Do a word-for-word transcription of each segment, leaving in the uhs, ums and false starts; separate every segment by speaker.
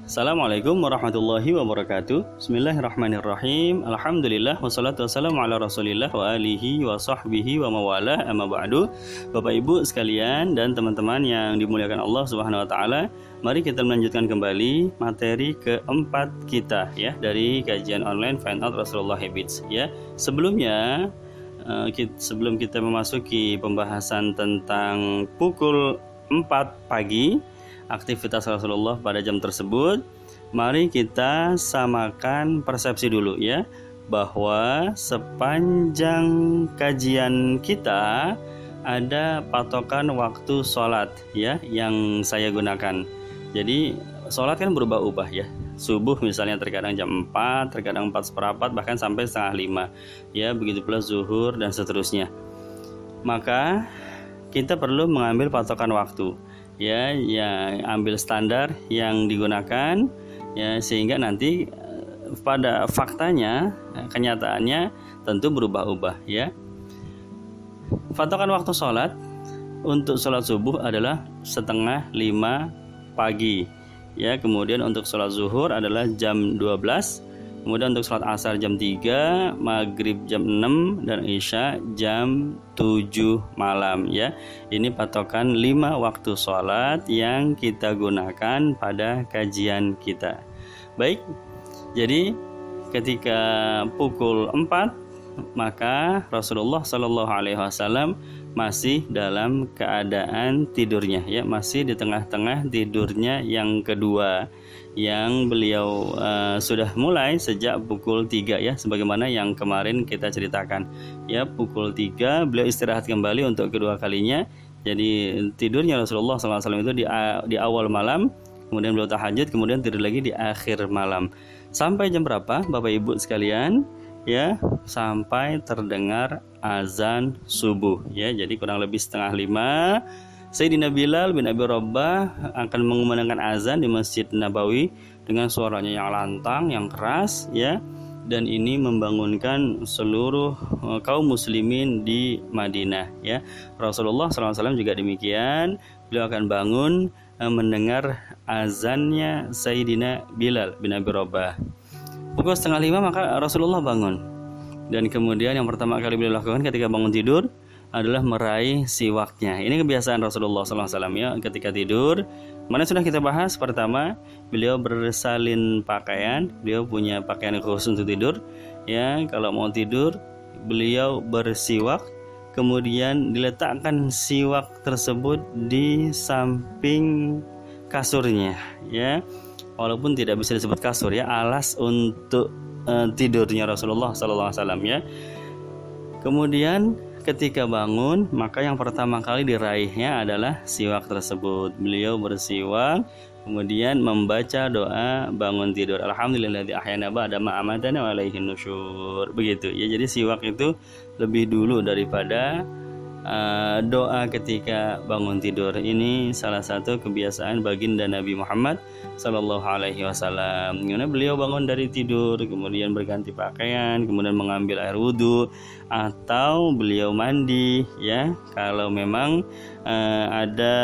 Speaker 1: Assalamualaikum warahmatullahi wabarakatuh. Bismillahirrahmanirrahim. Alhamdulillah wassalatu wassalamu ala Rasulillah wa alihi wa sahbihi wa mawalah, amma ba'du. Bapak Ibu sekalian dan teman-teman yang dimuliakan Allah Subhanahu wa taala, mari kita melanjutkan kembali materi keempat kita ya dari kajian online Find Out Rasulullah Habits ya. Sebelumnya uh, kita, sebelum kita memasuki pembahasan tentang pukul empat pagi aktivitas Rasulullah pada jam tersebut, mari kita samakan persepsi dulu ya, bahwa sepanjang kajian kita ada patokan waktu sholat ya yang saya gunakan. Jadi sholat kan berubah-ubah ya. Subuh misalnya terkadang jam empat, terkadang empat seperempat, bahkan sampai setengah lima ya, begitu pula zuhur dan seterusnya. Maka kita perlu mengambil patokan waktu ya, ya ambil standar yang digunakan ya, sehingga nanti pada faktanya, kenyataannya tentu berubah-ubah ya. Patokan waktu sholat untuk sholat subuh adalah setengah lima pagi ya, kemudian untuk sholat zuhur adalah jam dua belas, kemudian untuk sholat asar jam tiga, maghrib jam enam, dan isya jam tujuh malam ya. Ini patokan lima waktu sholat yang kita gunakan pada kajian kita. Baik, jadi ketika pukul empat, maka Rasulullah Shallallahu Alaihi Wasallam masih dalam keadaan tidurnya ya, masih di tengah-tengah tidurnya yang kedua, yang beliau uh, sudah mulai sejak pukul tiga ya, sebagaimana yang kemarin kita ceritakan ya. Pukul tiga beliau istirahat kembali untuk kedua kalinya. Jadi tidurnya Rasulullah shallallahu alaihi wasallam itu di, di awal malam, kemudian beliau tahajud, kemudian tidur lagi di akhir malam. Sampai jam berapa Bapak Ibu sekalian ya? Sampai terdengar azan subuh ya. Jadi kurang lebih setengah lima Sayyidina Bilal bin Abi Rabah akan mengumandangkan azan di Masjid Nabawi dengan suaranya yang lantang, yang keras ya, dan ini membangunkan seluruh kaum muslimin di Madinah ya. Rasulullah shallallahu alaihi wasallam juga demikian, beliau akan bangun mendengar azannya Sayyidina Bilal bin Abi Rabah. Pukul setengah lima maka Rasulullah bangun, dan kemudian yang pertama kali beliau lakukan ketika bangun tidur adalah meraih siwaknya. Ini kebiasaan Rasulullah shallallahu alaihi wasallam ya ketika tidur. Mana sudah kita bahas, pertama beliau bersalin pakaian, beliau punya pakaian khusus untuk tidur ya. Kalau mau tidur beliau bersiwak, kemudian diletakkan siwak tersebut di samping kasurnya ya. Walaupun tidak bisa disebut kasur ya, alas untuk uh, tidurnya Rasulullah shallallahu alaihi wasallam ya. Kemudian ketika bangun, maka yang pertama kali diraihnya adalah siwak tersebut. Beliau bersiwak, kemudian membaca doa bangun tidur. Alhamdulillahilladzi ahyana ba'da ma amatana wa ilaihin nusyur. Begitu ya. Jadi siwak itu lebih dulu daripada uh, doa ketika bangun tidur. Ini salah satu kebiasaan baginda Nabi Muhammad sallallahu alaihi wasallam. Karena beliau bangun dari tidur, kemudian berganti pakaian, kemudian mengambil air wudhu, atau beliau mandi ya, kalau memang uh, ada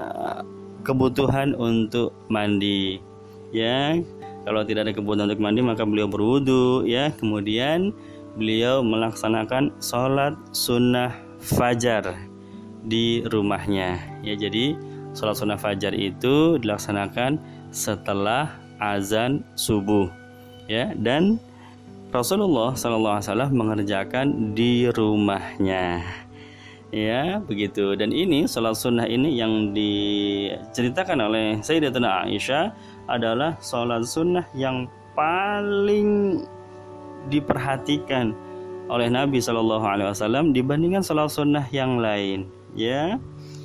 Speaker 1: kebutuhan untuk mandi ya. Kalau tidak ada kebutuhan untuk mandi maka beliau berwudhu ya, kemudian beliau melaksanakan sholat sunnah fajar di rumahnya ya. Jadi sholat sunnah fajar itu dilaksanakan setelah azan subuh ya, dan Rasulullah shallallahu alaihi wasallam mengerjakan di rumahnya ya, begitu. Dan ini sholat sunnah ini yang diceritakan oleh Sayyidatuna Aisyah adalah sholat sunnah yang paling diperhatikan oleh Nabi shallallahu alaihi wasallam dibandingkan sholat sunnah yang lain ya.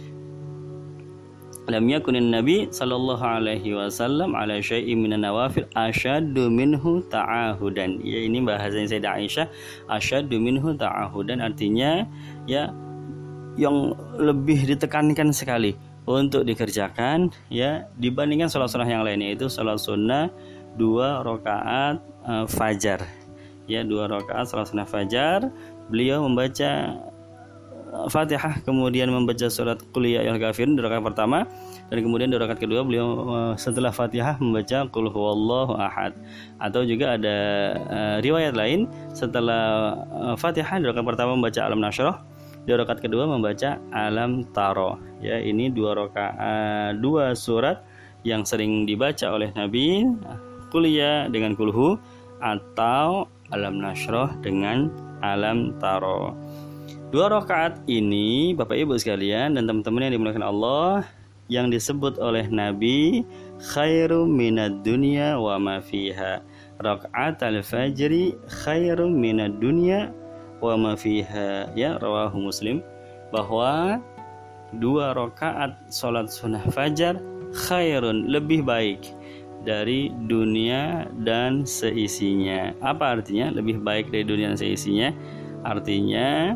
Speaker 1: Lam yakunin Nabi sallallahu alaihi wasallam ala syai'in minan nawafil asyaddu minhu ta'ahudan. Ya, ini bahasanya Sayyidah Aisyah, asyaddu minhu ta'ahudan, artinya ya yang lebih ditekankan sekali untuk dikerjakan ya dibandingkan sholat sunnah yang lain, yaitu sholat sunnah dua rakaat uh, fajar ya, dua rakaat sholat sunnah fajar. Beliau membaca Fatihah kemudian membaca surat Qul ya ayyuhal kafirun di rakaat pertama, dan kemudian di rakaat kedua beliau uh, setelah Fatihah membaca Qul huwallahu ahad. Atau juga ada uh, riwayat lain setelah uh, Fatihah di rakaat pertama membaca Alam Nashrah, di rakaat kedua membaca Alam Taro. Ya, ini dua rakaat uh, dua surat yang sering dibaca oleh Nabi, Qul ya dengan kulhu atau Alam Nashrah dengan Alam Taro. Dua rakaat ini Bapak Ibu sekalian dan teman-teman yang dimuliakan Allah, yang disebut oleh Nabi khairum minad dunya wa ma fiha. Rakaat al-fajri khairum minad dunya wa ma fiha. Ya, rawahu Muslim, bahwa dua rakaat salat sunnah fajar khairun, lebih baik dari dunia dan seisinya. Apa artinya lebih baik dari dunia dan seisinya? Artinya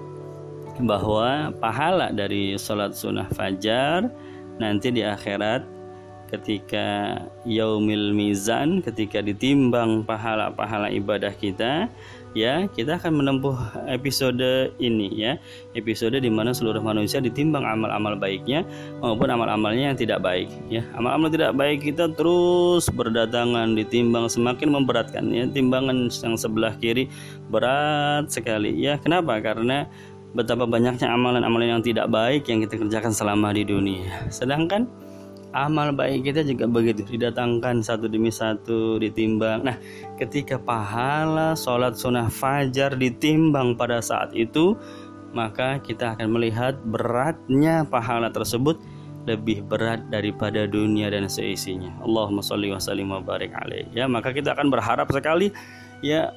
Speaker 1: bahwa pahala dari sholat sunnah fajar nanti di akhirat ketika yaumil mizan, ketika ditimbang pahala-pahala ibadah kita, ya, kita akan menempuh episode ini, ya, episode di mana seluruh manusia ditimbang amal-amal baiknya maupun amal-amalnya yang tidak baik, ya. Amal-amal tidak baik kita terus berdatangan ditimbang, semakin memberatkan, ya, timbangan yang sebelah kiri berat sekali, ya. Kenapa? Karena betapa banyaknya amalan-amalan yang tidak baik yang kita kerjakan selama di dunia. Sedangkan amal baik kita juga begitu, didatangkan satu demi satu, ditimbang. Nah, ketika pahala sholat sunnah fajar ditimbang pada saat itu, maka kita akan melihat beratnya pahala tersebut lebih berat daripada dunia dan seisinya. Allahumma sholli wa sallim wa barik alaih. Ya, maka kita akan berharap sekali, ya,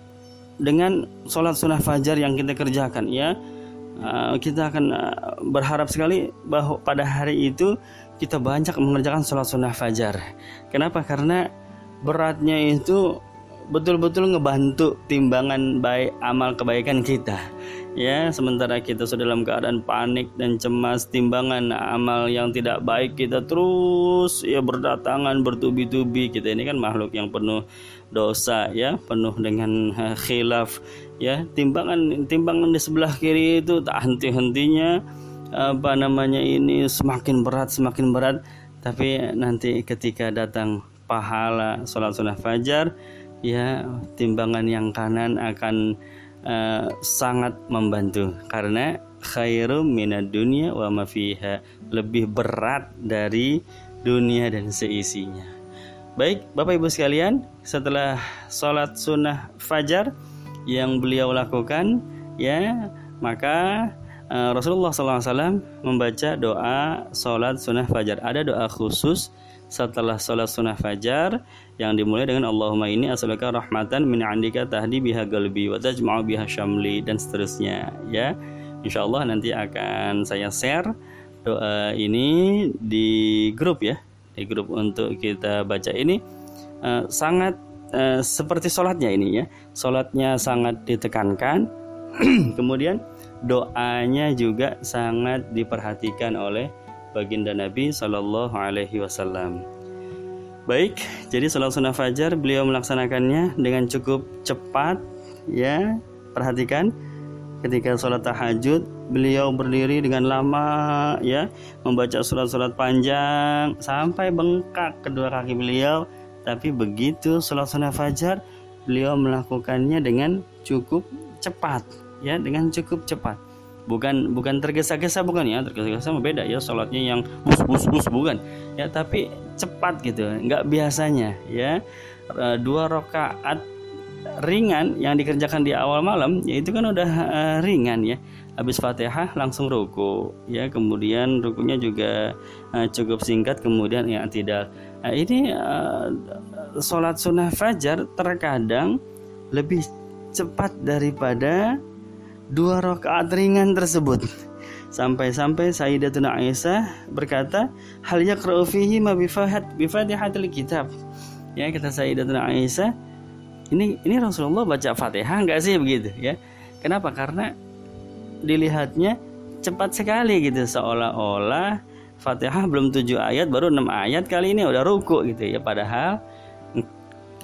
Speaker 1: dengan sholat sunnah fajar yang kita kerjakan, ya, uh, kita akan uh, berharap sekali bahwa pada hari itu kita banyak mengerjakan sholat sunnah fajar. Kenapa? Karena beratnya itu betul-betul ngebantu timbangan baik amal kebaikan kita, ya. Sementara kita sudah dalam keadaan panik dan cemas, timbangan amal yang tidak baik kita terus, ya, berdatangan bertubi-tubi. Kita ini kan makhluk yang penuh dosa, ya, penuh dengan khilaf, ya. Timbangan timbangan di sebelah kiri itu tak henti-hentinya, apa namanya ini, semakin berat semakin berat. Tapi nanti ketika datang pahala sholat sunnah fajar, ya, timbangan yang kanan akan uh, sangat membantu, karena khairum minad dunya wa ma fiha, lebih berat dari dunia dan seisinya. Baik Bapak Ibu sekalian, setelah sholat sunnah fajar yang beliau lakukan, ya, maka uh, Rasulullah shallallahu alaihi wasallam membaca doa sholat sunnah fajar. Ada doa khusus setelah sholat sunnah fajar yang dimulai dengan Allahumma inni as'aluka rahmatan min 'indika tahdi biha qalbi wa tajma'u biha syamli, dan seterusnya, ya. Insyaallah nanti akan saya share doa ini di grup, ya, di grup untuk kita baca ini. uh, sangat uh, seperti sholatnya ini, ya, sholatnya sangat ditekankan kemudian doanya juga sangat diperhatikan oleh baginda Nabi Shallallahu Alaihi Wasallam. Baik, jadi sholat sunnah fajar beliau melaksanakannya dengan cukup cepat, ya. Perhatikan, ketika sholat tahajud beliau berdiri dengan lama, ya, membaca surat-surat panjang sampai bengkak kedua kaki beliau. Tapi begitu sholat sunnah fajar beliau melakukannya dengan cukup cepat, ya, dengan cukup cepat. Bukan bukan tergesa-gesa, bukan, ya, tergesa-gesa beda, ya, sholatnya yang bus bus bus bukan, ya, tapi cepat gitu, nggak biasanya, ya. Dua rakaat ringan yang dikerjakan di awal malam, ya, itu kan udah uh, ringan, ya. Habis Fatihah langsung ruku, ya, kemudian rukunya juga uh, cukup singkat, kemudian ya tidak. Nah, ini uh, sholat sunnah fajar terkadang lebih cepat daripada dua rakaat ringan tersebut. Sampai-sampai Sayyidatuna Aisyah berkata, hal yaqra'u fihi ma bifatihatil kitab. Ya, kata Sayyidatuna Aisyah, ini ini Rasulullah baca Fatihah enggak sih, begitu, ya. Kenapa? Karena dilihatnya cepat sekali gitu, seolah-olah Fatihah belum tujuh ayat baru enam ayat kali ini udah ruku gitu, ya. Padahal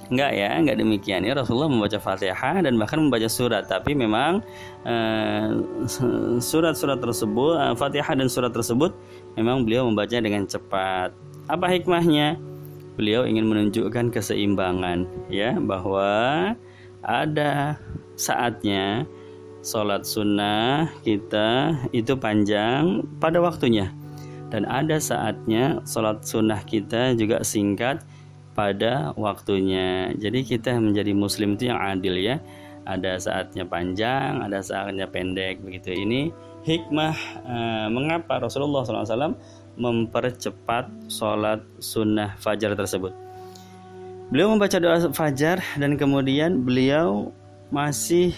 Speaker 1: Enggak ya, enggak demikian ya. Rasulullah membaca Fatihah dan bahkan membaca surat, tapi memang uh, surat-surat tersebut, uh, Fatihah dan surat tersebut memang beliau membaca dengan cepat. Apa hikmahnya? Beliau ingin menunjukkan keseimbangan ya, bahwa ada saatnya sholat sunnah kita itu panjang pada waktunya, dan ada saatnya sholat sunnah kita juga singkat pada waktunya. Jadi kita menjadi muslim itu yang adil ya. Ada saatnya panjang, ada saatnya pendek begitu. Ini hikmah eh, mengapa Rasulullah shallallahu alaihi wasallam mempercepat sholat sunnah fajar tersebut. Beliau membaca doa fajar dan kemudian beliau masih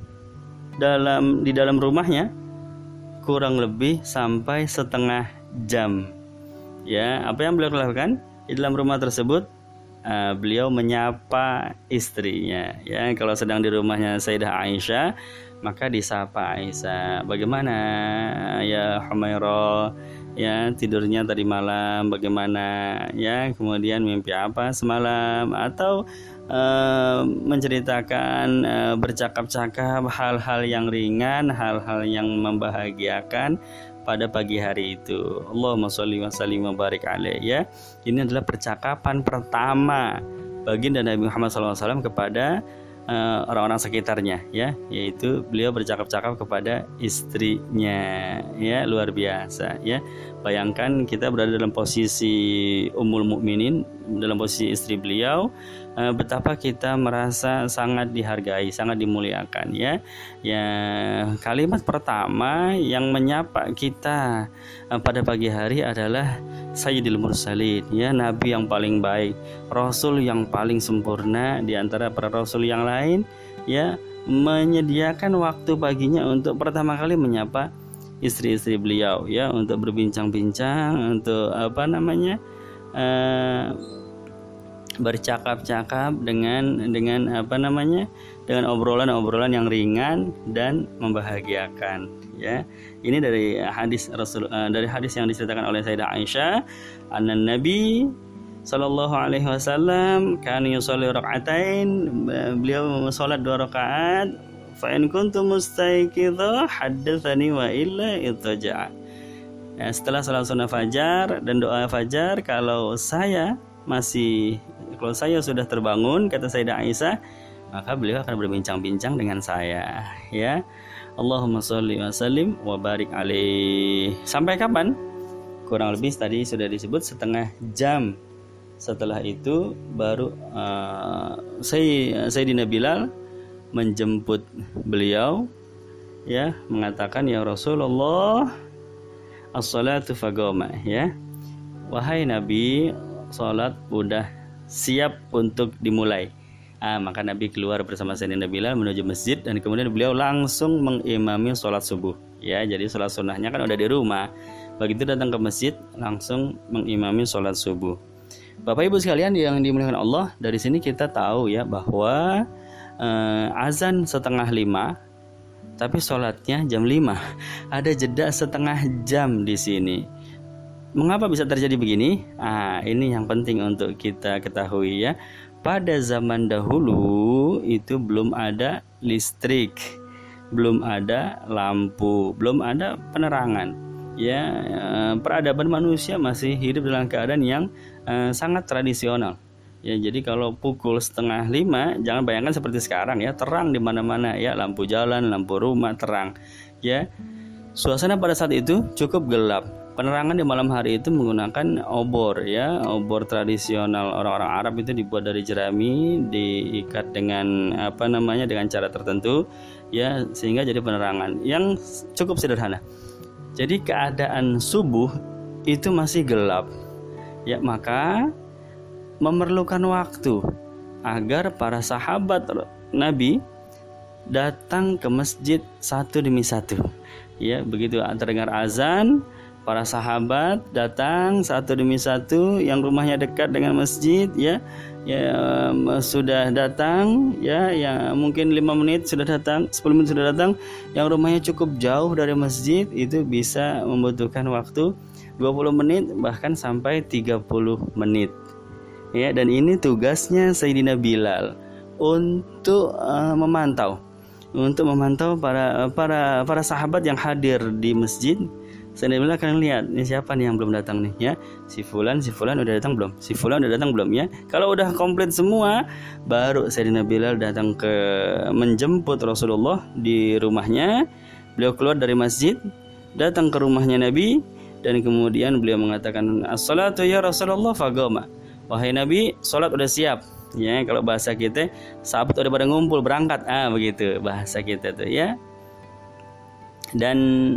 Speaker 1: dalam di dalam rumahnya kurang lebih sampai setengah jam. Ya, apa yang beliau lakukan di dalam rumah tersebut? Uh, beliau menyapa istrinya ya. Kalau sedang di rumahnya Sayyidah Aisyah, maka disapa Aisyah, bagaimana ya Humairah ya, tidurnya tadi malam bagaimana ya, kemudian mimpi apa semalam, atau uh, menceritakan uh, bercakap-cakap hal-hal yang ringan, hal-hal yang membahagiakan pada pagi hari itu. Allahumma sholli wa sallim wa barik alaih ya. Ini adalah percakapan pertama baginda Nabi Muhammad shallallahu alaihi wasallam kepada uh, orang-orang sekitarnya ya, yaitu beliau bercakap-cakap kepada istrinya ya. Luar biasa ya. Bayangkan kita berada dalam posisi Ummul Mukminin, dalam posisi istri beliau, uh, betapa kita merasa sangat dihargai, sangat dimuliakan ya. Ya, kalimat pertama yang menyapa kita uh, pada pagi hari adalah Sayyidil Mursalin ya, nabi yang paling baik, rasul yang paling sempurna di antara para rasul yang lain ya, menyediakan waktu paginya untuk pertama kali menyapa istri-istri beliau ya, untuk berbincang-bincang, untuk apa namanya uh, bercakap-cakap dengan dengan apa namanya dengan obrolan-obrolan yang ringan dan membahagiakan ya. Ini dari hadis Rasul, uh, dari hadis yang diceritakan oleh Sayyidah Aisyah, anna Nabi sallallahu alaihi wasallam kana yusalli raka'atain, beliau salat dua rakaat, fa in kuntum mustaiqidha haddatsani wa illa ittaja'a. Ya, setelah salat sunnah fajar dan doa fajar, kalau saya masih kalau saya sudah terbangun, kata Sayyidah Aisyah, maka beliau akan berbincang-bincang dengan saya ya. Allahumma sholli wa sallim wa barik alaih. Sampai kapan? Kurang lebih tadi sudah disebut setengah jam. Setelah itu baru uh, saya Sayyidina Bilal menjemput beliau ya, mengatakan ya Rasulullah as-salatu fagoma ya, wahai Nabi, salat udah siap untuk dimulai. Ah, maka Nabi keluar bersama Sayyidina Bilal menuju masjid, dan kemudian beliau langsung mengimami sholat subuh ya. Jadi sholat sunnahnya kan udah di rumah, begitu datang ke masjid langsung mengimami sholat subuh. Bapak Ibu sekalian yang dimuliakan Allah, dari sini kita tahu ya bahwa eh, azan setengah lima, tapi sholatnya jam lima. Ada jeda setengah jam di sini. Mengapa bisa terjadi begini? Ah, ini yang penting untuk kita ketahui ya. Pada zaman dahulu itu belum ada listrik, belum ada lampu, belum ada penerangan. Ya, peradaban manusia masih hidup dalam keadaan yang uh, sangat tradisional. Ya, jadi kalau pukul setengah lima, jangan bayangkan seperti sekarang ya, terang di mana-mana ya, lampu jalan, lampu rumah terang. Ya, suasana pada saat itu cukup gelap. Penerangan di malam hari itu menggunakan obor ya, obor tradisional orang-orang Arab itu dibuat dari jerami, diikat dengan apa namanya dengan cara tertentu ya, sehingga jadi penerangan yang cukup sederhana. Jadi keadaan subuh itu masih gelap ya, maka memerlukan waktu agar para sahabat Nabi datang ke masjid satu demi satu ya. Begitu terdengar azan, para sahabat datang satu demi satu, yang rumahnya dekat dengan masjid ya, ya sudah datang ya, yang mungkin lima menit sudah datang, sepuluh menit sudah datang. Yang rumahnya cukup jauh dari masjid itu bisa membutuhkan waktu dua puluh menit bahkan sampai tiga puluh menit Ya, dan ini tugasnya Sayyidina Bilal untuk uh, memantau, untuk memantau para para para sahabat yang hadir di masjid. Sayyidina Bilal akan lihat, ini siapa nih yang belum datang nih ya. Si fulan, si fulan udah datang belum? Si fulan udah datang belum ya? Kalau udah komplit semua, baru Sayyidina Bilal datang ke menjemput Rasulullah di rumahnya. Beliau keluar dari masjid, datang ke rumahnya Nabi, dan kemudian beliau mengatakan, "As-salatu ya Rasulullah fagoma." Wahai Nabi, salat udah siap. Ya, kalau bahasa kita, sahabat udah pada ngumpul berangkat. Ah, begitu bahasa kita tuh ya. Dan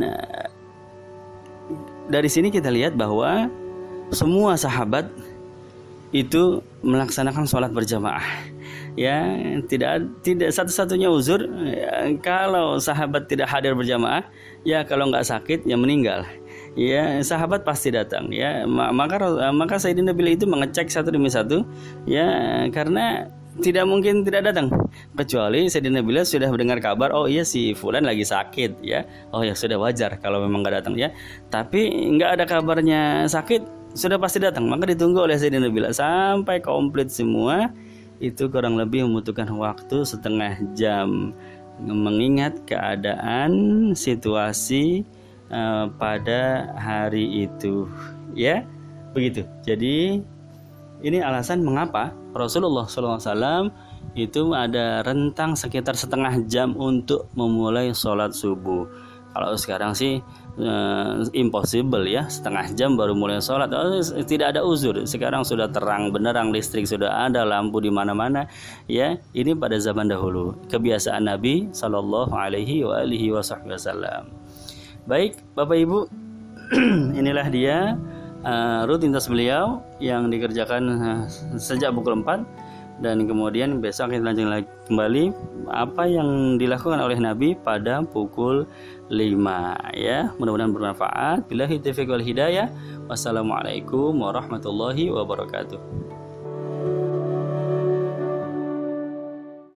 Speaker 1: dari sini kita lihat bahwa semua sahabat itu melaksanakan sholat berjamaah. Ya, tidak tidak satu-satunya uzur ya, kalau sahabat tidak hadir berjamaah, ya kalau nggak sakit ya meninggal. Ya, sahabat pasti datang. Ya, maka maka Sayyidina Bilal itu mengecek satu demi satu. Ya, karena tidak mungkin tidak datang, kecuali Sayyidina Bilal sudah mendengar kabar, oh iya si fulan lagi sakit ya, oh ya sudah wajar kalau memang nggak datang ya. Tapi nggak ada kabarnya sakit, sudah pasti datang, maka ditunggu oleh Sayyidina Bilal sampai komplit semua. Itu kurang lebih membutuhkan waktu setengah jam, mengingat keadaan situasi uh, pada hari itu ya, begitu. Jadi ini alasan mengapa Rasulullah shallallahu alaihi wasallam itu ada rentang sekitar setengah jam untuk memulai sholat subuh. Kalau sekarang sih eh, impossible ya, setengah jam baru mulai sholat. Oh, tidak ada uzur. Sekarang sudah terang benderang, listrik sudah ada, lampu di mana-mana. Ya, ini pada zaman dahulu kebiasaan Nabi shallallahu alaihi wasallam. Baik, Bapak Ibu, inilah dia Uh, rutinitas beliau yang dikerjakan uh, sejak pukul empat, dan kemudian besok kita lanjut lagi kembali apa yang dilakukan oleh Nabi pada pukul lima ya. Mudah-mudahan bermanfaat. Billahi taufiq wal hidayah. Wassalamualaikum warahmatullahi wabarakatuh.